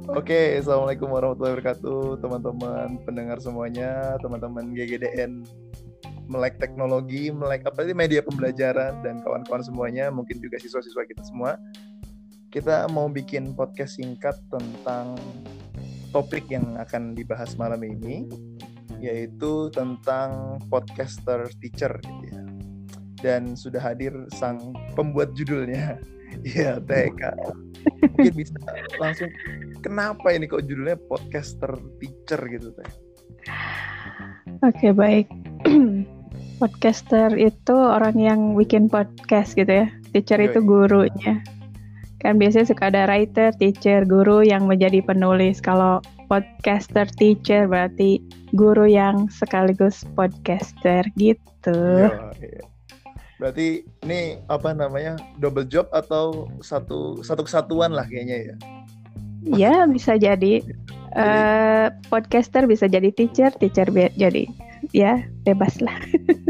Oke, Assalamualaikum warahmatullahi wabarakatuh, teman-teman pendengar semuanya, teman-teman GGDN, melek teknologi, melek apa sih media pembelajaran dan kawan-kawan semuanya, mungkin juga siswa-siswa kita semua. Kita mau bikin podcast singkat tentang topik yang akan dibahas malam ini, yaitu tentang podcaster teacher gitu ya. Dan sudah hadir sang pembuat judulnya, ya TK. Mungkin bisa langsung, kenapa ini kok judulnya podcaster teacher gitu Teh? Oke, baik. Podcaster itu orang yang bikin podcast gitu ya. Teacher itu gurunya. Kan biasanya suka ada writer, teacher, guru yang menjadi penulis. Kalau podcaster teacher berarti guru yang sekaligus podcaster gitu. Iya. Berarti ini apa namanya, double job atau satu kesatuan lah kayaknya ya? Iya, bisa jadi. Podcaster bisa jadi teacher jadi ya bebas lah.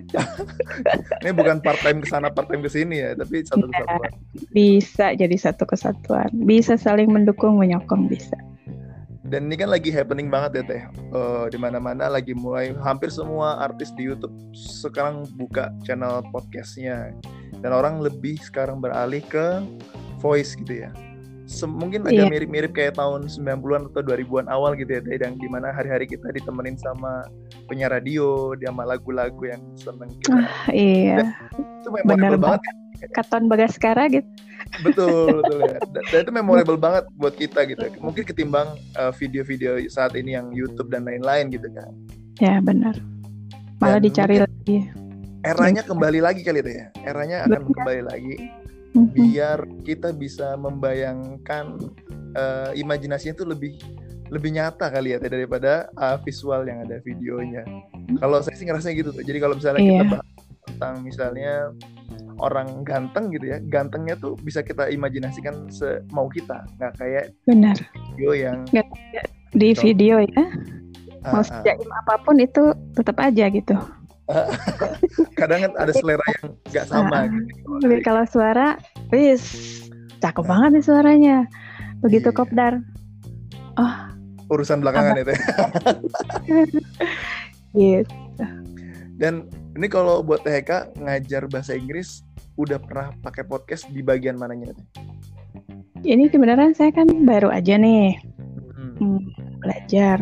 Ini bukan part time kesana part time kesini ya, tapi satu kesatuan. Bisa jadi satu kesatuan. Bisa saling mendukung menyokong bisa. Dan ini kan lagi happening banget ya Teh. Di mana-mana lagi mulai hampir semua artis di YouTube sekarang buka channel podcastnya. Dan orang lebih sekarang beralih ke voice gitu ya. Mungkin agak mirip-mirip kayak tahun 90-an atau 2000-an awal gitu ya Teh, yang dimana hari-hari kita ditemenin sama penyiar radio, sama lagu-lagu yang seneng kita. Iya. Dan itu memorable banget. Katon Bagaskara gitu. Betul ya. Dan itu memorable banget buat kita gitu. Mungkin ketimbang video-video saat ini yang YouTube dan lain-lain gitu kan. Ya benar. Malah dicari lagi. Eranya kembali lagi kali itu ya. Eranya akan kembali lagi. Biar kita bisa membayangkan imajinasinya itu lebih nyata kali ya daripada visual yang ada videonya. Kalau saya sih ngerasanya gitu tuh. Jadi kalau misalnya kita bahas tentang misalnya orang ganteng gitu ya, gantengnya tuh bisa kita imajinasikan semau kita, nggak kayak video yang di video ya. Mau sejaim apapun itu tetap aja gitu. Kadang kan ada selera yang nggak sama gitu. Kalau suara, cakep banget nih suaranya. Begitu kopdar. Urusan belakangan itu. Gitu. Dan ini kalau buat THK ngajar bahasa Inggris udah pernah pakai podcast di bagian mananya Teh? Ini kebenaran saya kan baru aja nih belajar.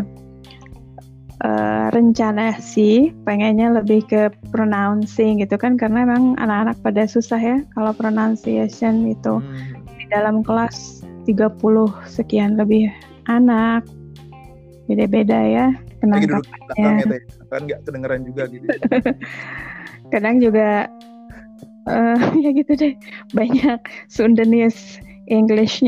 Rencana sih pengennya lebih ke pronouncing gitu kan, karena memang anak-anak pada susah ya kalau pronunciation itu. Di dalam kelas 30 sekian lebih anak, beda-beda ya penangkapannya. Kan nggak kedengeran juga gitu. Kadang juga ya gitu deh, banyak Sundanese English-nya.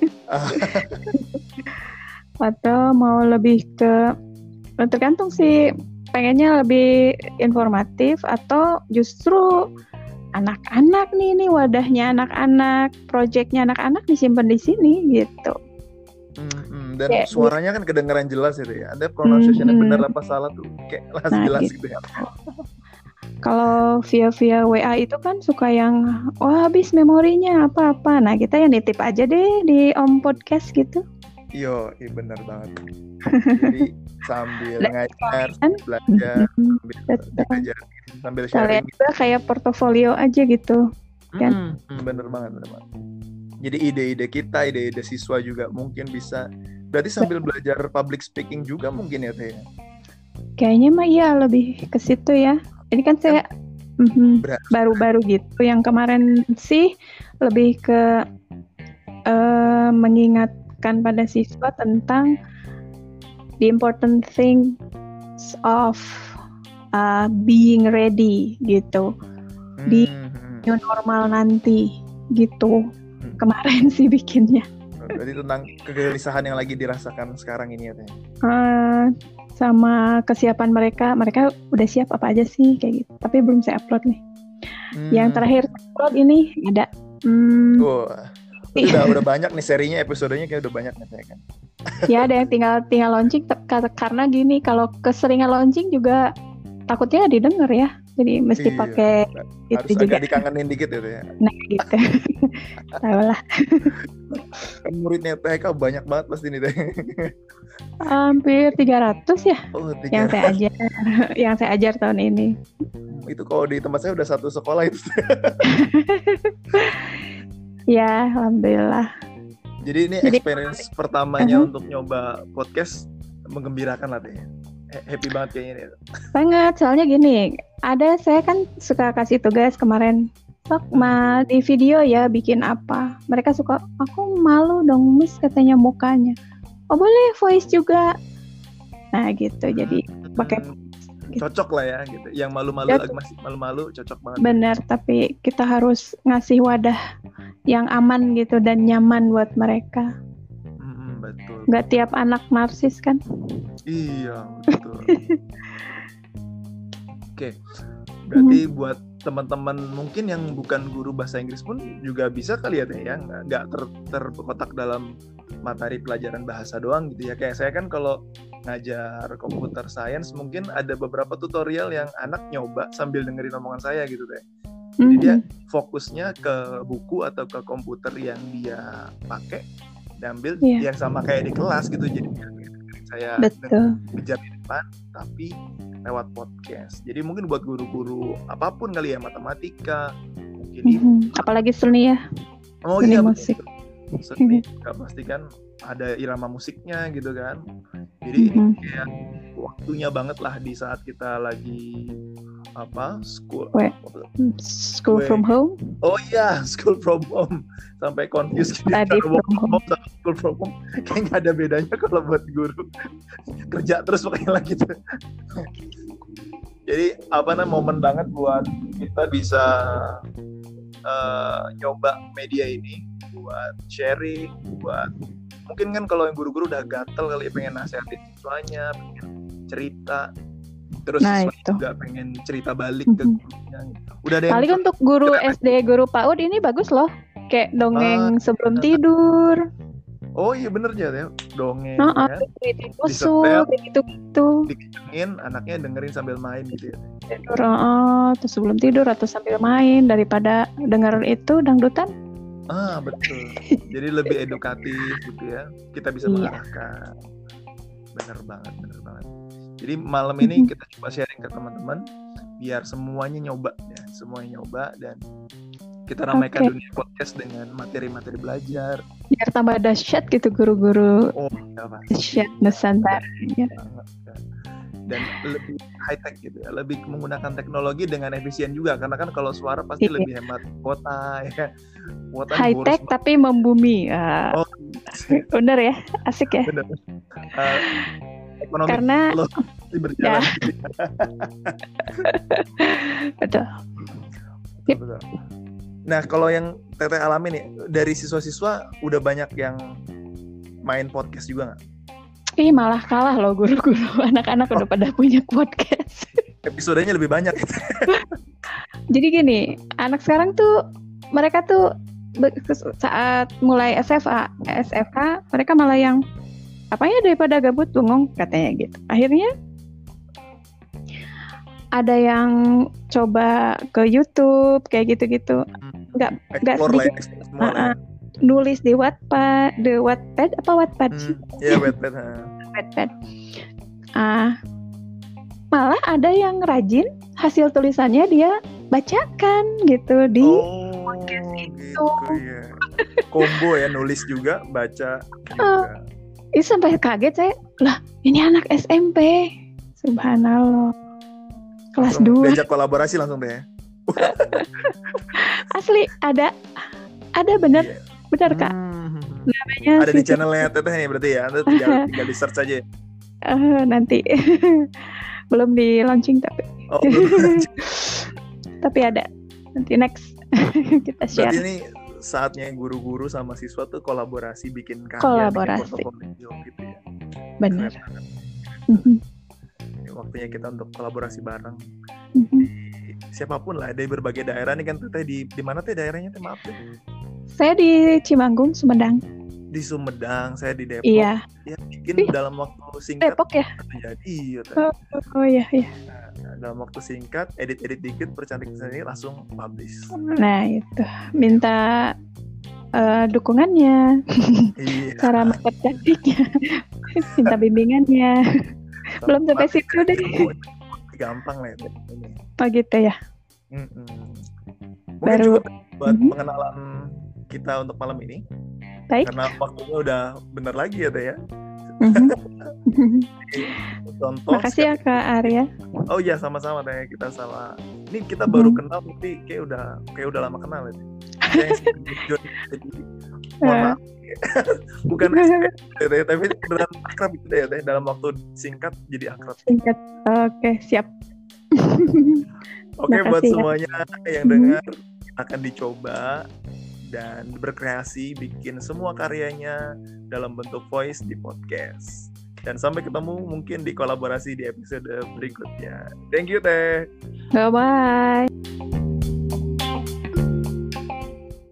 Atau mau lebih ke, tergantung sih, pengennya lebih informatif atau justru anak-anak nih wadahnya anak-anak, projectnya anak-anak disimpan di sini gitu. Dan suaranya kan kedengeran jelas itu ya. Ada pronunciation-nya benar apa salah tuh kayak jelas gitu ya. Kalau via WA itu kan suka yang habis memorinya apa-apa. Nah, kita yang nitip aja deh di Om Podcast gitu. Iya, benar banget. Jadi sambil ngajar, belajar, sambil sharing. Kalian juga kayak portofolio aja gitu. Kan? Bener banget. Jadi ide-ide kita, ide-ide siswa juga mungkin bisa. Berarti sambil belajar public speaking juga mungkin ya Teh? Kayaknya mah iya, lebih ke situ ya. Ini kan saya baru-baru gitu. Yang kemarin sih lebih ke mengingatkan pada siswa tentang the important things of being ready gitu di new normal nanti gitu. Kemarin sih bikinnya. Berarti tentang kegelisahan yang lagi dirasakan sekarang ini ya Teh? Sama kesiapan mereka udah siap apa aja sih kayak gitu. Tapi belum saya upload nih. Yang terakhir upload ini ada. Udah banyak nih serinya, episodenya kayak udah banyak nih kan. Ya ada yang tinggal launching karena gini, kalau keseringan launching juga takutnya didengar ya. Jadi mesti pakai itu harus juga. agak dikangenin dikit gitu ya. Nah gitu. Tahu lah. Kan muridnya TK banyak banget pasti nih Teh. Hampir 300 ya. Oh, Yang saya ajar tahun ini. Itu kalau di tempat saya udah satu sekolah itu. Ya, alhamdulillah. Jadi ini experience pertamanya untuk nyoba podcast menggembirakan lah Teh. Happy banget kayaknya nih. Banget, soalnya gini, saya kan suka kasih tugas kemarin. Sok di video ya bikin apa. Mereka suka, aku malu dong Miss katanya mukanya. Oh boleh voice juga. Nah gitu, jadi pakai cocok lah ya gitu. Yang malu-malu masih malu-malu cocok banget. Benar, tapi kita harus ngasih wadah yang aman gitu dan nyaman buat mereka. Betul. Nggak tiap anak narsis kan? Iya, betul. Oke. Berarti buat teman-teman mungkin yang bukan guru bahasa Inggris pun juga bisa kali ya Teh ya, nggak terkotak dalam materi pelajaran bahasa doang gitu ya. Kayak saya kan kalau ngajar computer science mungkin ada beberapa tutorial yang anak nyoba sambil dengerin omongan saya gitu Teh. Jadi dia fokusnya ke buku atau ke komputer yang dia pakai, diambil yang sama kayak di kelas gitu. Jadi saya belajar di depan tapi lewat podcast. Jadi mungkin buat guru-guru apapun kali ya, matematika mungkin apalagi seni ya. Oh seni iya, musik. Seni pasti kan ada irama musiknya gitu kan. Jadi ini kayak waktunya banget lah di saat kita lagi school from home. Oh iya, school from home. Sampai confused gitu. School from home kayak nggak ada bedanya kalau buat guru. Kerja terus pokoknya lah gitu. Jadi momen banget buat kita bisa nyoba media ini buat sharing, buat mungkin kan kalau yang guru-guru udah gatel kali ya, pengen nasihatin siswanya, pengen cerita, terus siswa juga pengen cerita balik ke gurunya. Udah ada paling untuk guru SD, guru PAUD ini bagus loh, kayak dongeng sebelum tidur. Oh iya bener ya, dongeng ya. Disetel, gitu. Dikencengin, anaknya dengerin sambil main gitu ya. Tidur, terus sebelum tidur atau sambil main daripada denger itu dangdutan. Betul. Jadi lebih edukatif gitu ya. Kita bisa mengarahkan. Bener banget. Jadi malam ini kita coba sharing ke teman-teman biar semuanya nyoba dan kita ramaikan dunia podcast dengan materi-materi belajar. Biar tambah dahsyat gitu guru-guru. Oh iya Pak. Dahsyat Nusantara. Dan lebih high tech gitu ya, lebih menggunakan teknologi dengan efisien juga karena kan kalau suara pasti lebih hemat kuota ya. Kuota high tech tapi membumi. Bener ya, asik ya. Bener. Ekonomi karena berjalan. Betul. Betul. Nah kalau yang Teteh alami nih dari siswa-siswa udah banyak yang main podcast juga nggak? Malah kalah loh guru-guru, anak-anak udah pada punya podcast. Episodenya lebih banyak. Jadi gini, anak sekarang tuh mereka tuh saat mulai SFK mereka malah yang apa ya daripada gabut bengong katanya gitu. Akhirnya ada yang coba ke YouTube kayak gitu-gitu. Nggak sedikit. Nulis di Wattpad, Wattpad sih? Iya, Wattpad. Malah ada yang rajin hasil tulisannya dia bacakan gitu di podcast itu. Ya. Combo ya, nulis juga, baca juga. Sampai kaget saya, lah ini anak SMP, subhanallah, kelas 2. Diajak kolaborasi langsung deh. Asli ada bener. Yeah. Benar Kak. Namanya ada di channelnya Teteh nih berarti ya. Anda tinggal di search aja. Nanti belum di launching tapi. Tapi ada. Nanti next kita share. Berarti ini saatnya guru-guru sama siswa tuh kolaborasi bikin karya. Kolaborasi. Gitu ya. Benar. Waktunya kita untuk kolaborasi bareng. Siapapun lah dari berbagai daerah nih kan Teteh di mana Teh daerahnya Teh maaf deh. Saya di Cimanggung, Sumedang. di Sumedang, saya di Depok. Iya. Ya bikin dalam waktu singkat. Depok ya? Jadi Oh iya. Nah, dalam waktu singkat, edit dikit, percantik sendiri, langsung publish. Nah itu, minta dukungannya, Iya. cara mempercantiknya, minta bimbingannya. Belum sampai situ deh. Gampang lah ini. Oh gitu ya. Mungkin Baru cukup buat pengenalan kita untuk malam ini. baik. Karena waktunya udah bener lagi ya Teh ya. Contoh. Makasih ya Kak Arya. Oh iya sama-sama Teh, kita sama. Ini kita baru kenal tapi kayak udah lama kenal ya. Mohon maaf. Bukan tapi beneran akrab gitu ya Teh, dalam waktu singkat jadi akrab. Singkat. Oke, siap. Oke, buat Makasih, semuanya yang dengar akan dicoba dan berkreasi bikin semua karyanya dalam bentuk voice di podcast. Dan sampai ketemu mungkin di kolaborasi di episode berikutnya. Thank you Teh. Bye-bye.